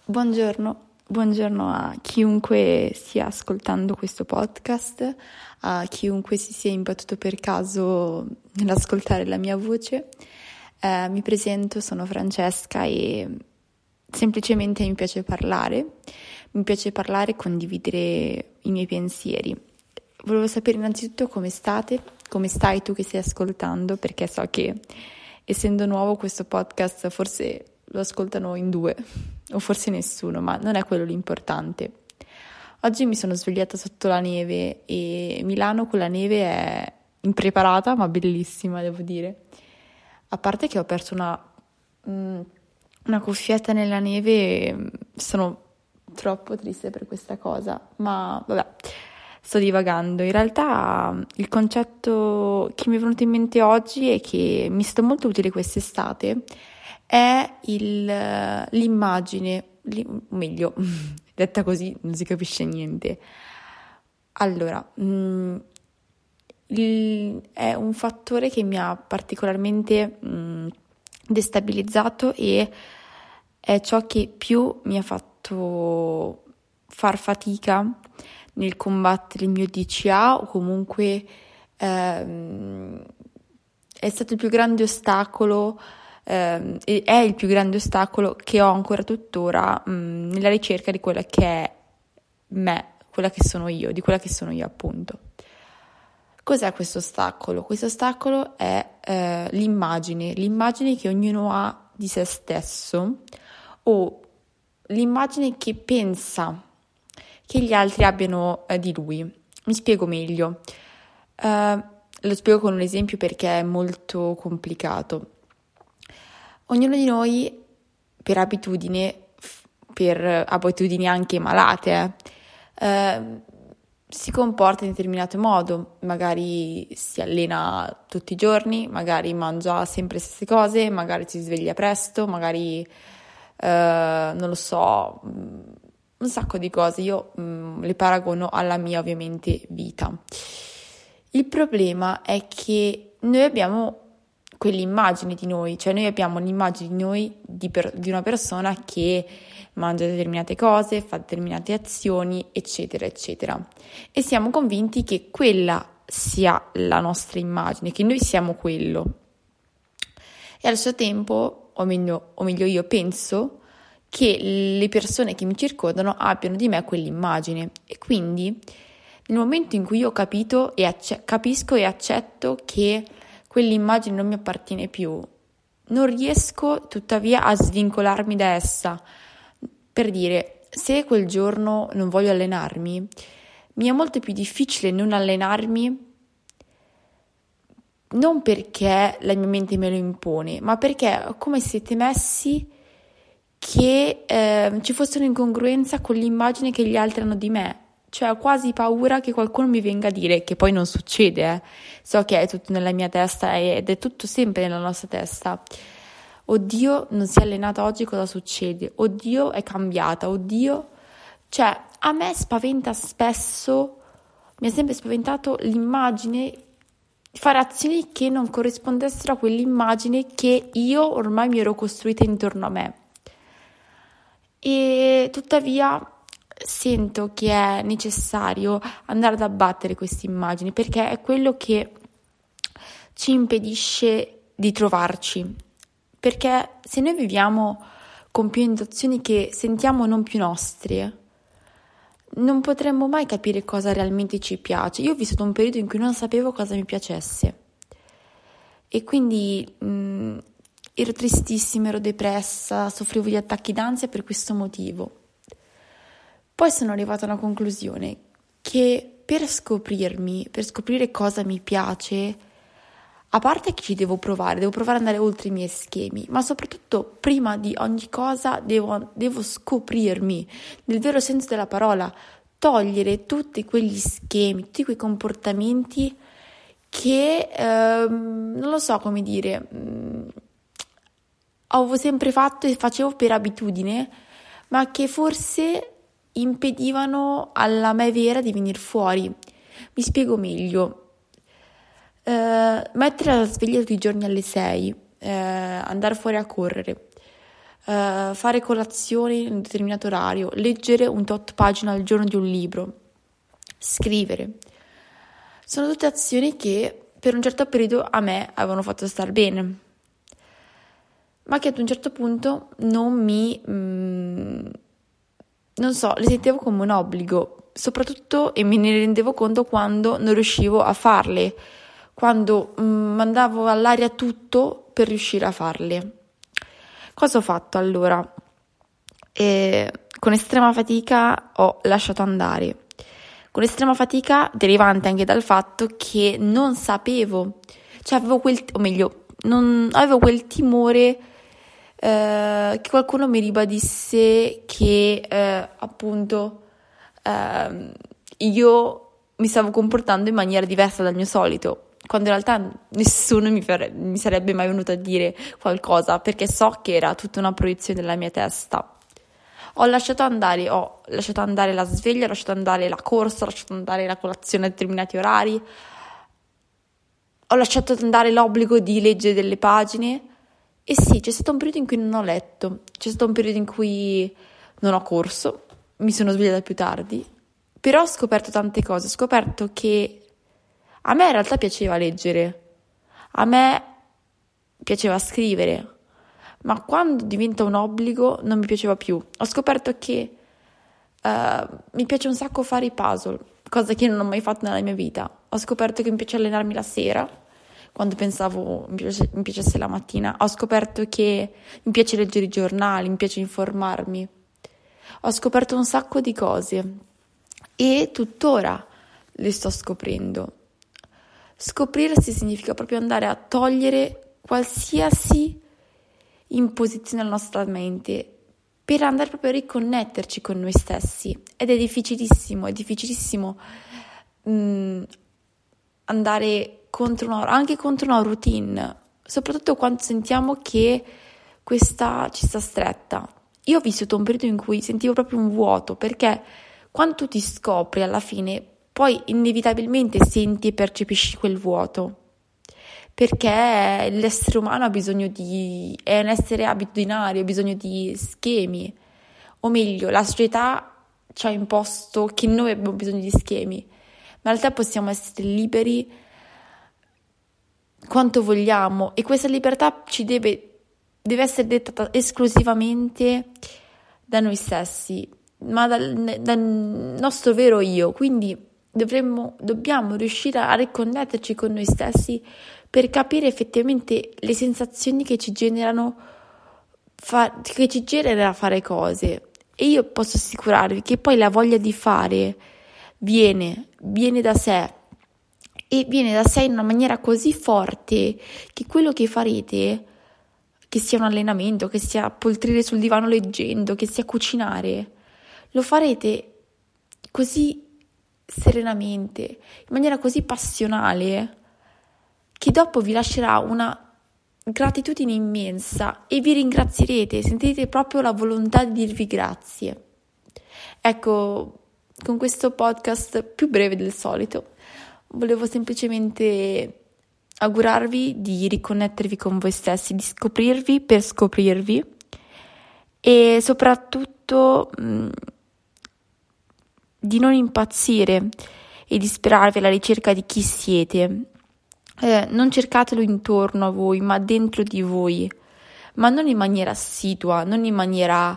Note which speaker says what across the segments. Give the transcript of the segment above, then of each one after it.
Speaker 1: Buongiorno a chiunque stia ascoltando questo podcast, a chiunque si sia imbattuto per caso nell'ascoltare la mia voce. Mi presento, sono Francesca e semplicemente mi piace parlare e condividere i miei pensieri. Volevo sapere innanzitutto come state, come stai tu che stai ascoltando, perché so che essendo nuovo questo podcast forse lo ascoltano in due o forse nessuno, ma non è quello l'importante. Oggi mi sono svegliata sotto la neve e Milano con la neve è impreparata ma bellissima, devo dire. A parte che ho perso una cuffietta nella neve e sono troppo triste per questa cosa, ma vabbè, sto divagando. In realtà il concetto che mi è venuto in mente oggi e che mi è stato molto utile quest'estate è l'immagine, meglio, detta così non si capisce niente. Allora, è un fattore che mi ha particolarmente destabilizzato e è ciò che più mi ha fatto far fatica nel combattere il mio DCA o comunque è stato il più grande ostacolo e è il più grande ostacolo che ho ancora tuttora nella ricerca di quella che è me, quella che sono io, di quella che sono io appunto. Cos'è questo ostacolo? Questo ostacolo è l'immagine che ognuno ha di se stesso o l'immagine che pensa che gli altri abbiano di lui. Mi spiego meglio. Lo spiego con un esempio perché è molto complicato. Ognuno di noi, per abitudini anche malate, si comporta in determinato modo, magari si allena tutti i giorni, magari mangia sempre le stesse cose, magari si sveglia presto, magari non lo so, un sacco di cose. Io le paragono alla mia ovviamente vita. Il problema è che noi abbiamo quell'immagine di noi, cioè noi abbiamo l'immagine di noi di una persona che mangia determinate cose, fa determinate azioni, eccetera, eccetera. E siamo convinti che quella sia la nostra immagine, che noi siamo quello. E allo stesso tempo, o meglio io penso che le persone che mi circondano abbiano di me quell'immagine. E quindi nel momento in cui io ho capito e capisco e accetto che quell'immagine non mi appartiene più, non riesco tuttavia a svincolarmi da essa. Per dire, se quel giorno non voglio allenarmi, mi è molto più difficile non allenarmi, non perché la mia mente me lo impone, ma perché è come se temessi che ci fosse un'incongruenza con l'immagine che gli altri hanno di me. Cioè ho quasi paura che qualcuno mi venga a dire, che poi non succede, so che è tutto nella mia testa ed è tutto sempre nella nostra testa. Oddio, non si è allenata oggi, cosa succede? Oddio, è cambiata, oddio. Cioè, a me spaventa spesso, mi ha sempre spaventato l'immagine, fare azioni che non corrispondessero a quell'immagine che io ormai mi ero costruita intorno a me. E tuttavia sento che è necessario andare ad abbattere queste immagini perché è quello che ci impedisce di trovarci. Perché se noi viviamo con più emozioni che sentiamo non più nostre, non potremmo mai capire cosa realmente ci piace. Io ho vissuto un periodo in cui non sapevo cosa mi piacesse e quindi ero tristissima, ero depressa, soffrivo di attacchi d'ansia per questo motivo. Poi sono arrivata a una conclusione che per scoprire cosa mi piace, a parte che ci devo provare ad andare oltre i miei schemi, ma soprattutto prima di ogni cosa devo scoprirmi, nel vero senso della parola, togliere tutti quegli schemi, tutti quei comportamenti che, non lo so come dire, avevo sempre fatto e facevo per abitudine, ma che forse impedivano alla me vera di venire fuori. Mi spiego meglio. Mettere la sveglia tutti i giorni alle 6, andare fuori a correre, fare colazione in un determinato orario, leggere un tot pagina al giorno di un libro, scrivere. Sono tutte azioni che per un certo periodo a me avevano fatto star bene, ma che ad un certo punto non so, le sentivo come un obbligo, soprattutto, e me ne rendevo conto quando non riuscivo a farle, quando mandavo all'aria tutto per riuscire a farle. Cosa ho fatto allora? Con estrema fatica ho lasciato andare. Con estrema fatica derivante anche dal fatto che non sapevo, cioè avevo avevo quel timore che qualcuno mi ribadisse che appunto io mi stavo comportando in maniera diversa dal mio solito, quando in realtà nessuno mi sarebbe mai venuto a dire qualcosa, perché so che era tutta una proiezione della mia testa. Ho lasciato andare la sveglia, ho lasciato andare la corsa, ho lasciato andare la colazione a determinati orari, ho lasciato andare l'obbligo di leggere delle pagine. E sì, c'è stato un periodo in cui non ho letto, c'è stato un periodo in cui non ho corso, mi sono svegliata più tardi, però ho scoperto tante cose, ho scoperto che a me in realtà piaceva leggere, a me piaceva scrivere, ma quando diventa un obbligo non mi piaceva più. Ho scoperto che mi piace un sacco fare i puzzle, cosa che non ho mai fatto nella mia vita. Ho scoperto che mi piace allenarmi la sera, quando pensavo mi piacesse la mattina. Ho scoperto che mi piace leggere i giornali, mi piace informarmi. Ho scoperto un sacco di cose e tuttora le sto scoprendo. Scoprirsi significa proprio andare a togliere qualsiasi imposizione alla nostra mente per andare proprio a riconnetterci con noi stessi, ed è difficilissimo andare anche contro una routine, soprattutto quando sentiamo che questa ci sta stretta. Io ho vissuto un periodo in cui sentivo proprio un vuoto, perché quando tu ti scopri alla fine poi inevitabilmente senti e percepisci quel vuoto, perché l'essere umano è un essere abitudinario, ha bisogno di schemi, o meglio, la società ci ha imposto che noi abbiamo bisogno di schemi, ma in realtà possiamo essere liberi quanto vogliamo, e questa libertà deve essere dettata esclusivamente da noi stessi, ma dal nostro vero io. Quindi dobbiamo riuscire a riconnetterci con noi stessi per capire effettivamente le sensazioni che ci generano fare cose. E io posso assicurarvi che poi la voglia di fare viene da sé, e viene da sé in una maniera così forte che quello che farete, che sia un allenamento, che sia poltrire sul divano leggendo, che sia cucinare, lo farete così serenamente, in maniera così passionale, che dopo vi lascerà una gratitudine immensa e vi ringrazierete, sentirete proprio la volontà di dirvi grazie. Ecco, con questo podcast più breve del solito, volevo semplicemente augurarvi di riconnettervi con voi stessi, di scoprirvi per scoprirvi, e soprattutto di non impazzire e disperarvi alla ricerca di chi siete. Non cercatelo intorno a voi, ma dentro di voi, ma non in maniera assidua, non in maniera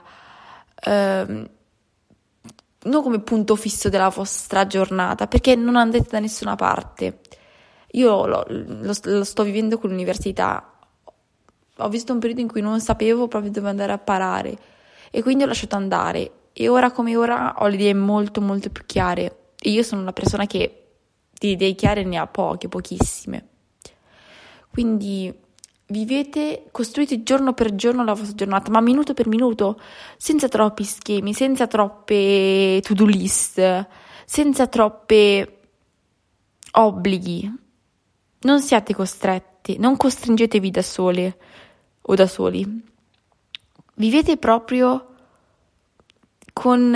Speaker 1: non come punto fisso della vostra giornata, perché non andate da nessuna parte. Io lo sto vivendo con l'università. Ho visto un periodo in cui non sapevo proprio dove andare a parare, e quindi ho lasciato andare, e ora come ora ho le idee molto molto più chiare, e io sono una persona che di idee chiare ne ha pochissime. Quindi costruite giorno per giorno la vostra giornata, ma minuto per minuto, senza troppi schemi, senza troppe to-do list, senza troppe obblighi. Non siate costretti, non costringetevi da sole o da soli. Vivete proprio con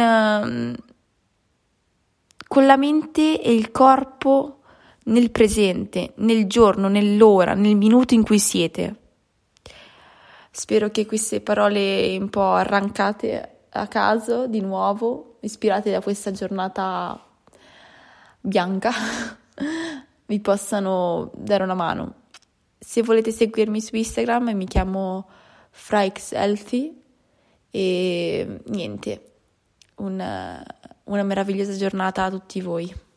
Speaker 1: la mente e il corpo nel presente, nel giorno, nell'ora, nel minuto in cui siete. Spero che queste parole un po' arrancate a caso, di nuovo, ispirate da questa giornata bianca, vi possano dare una mano. Se volete seguirmi su Instagram mi chiamo FraXHealthy e niente, una meravigliosa giornata a tutti voi.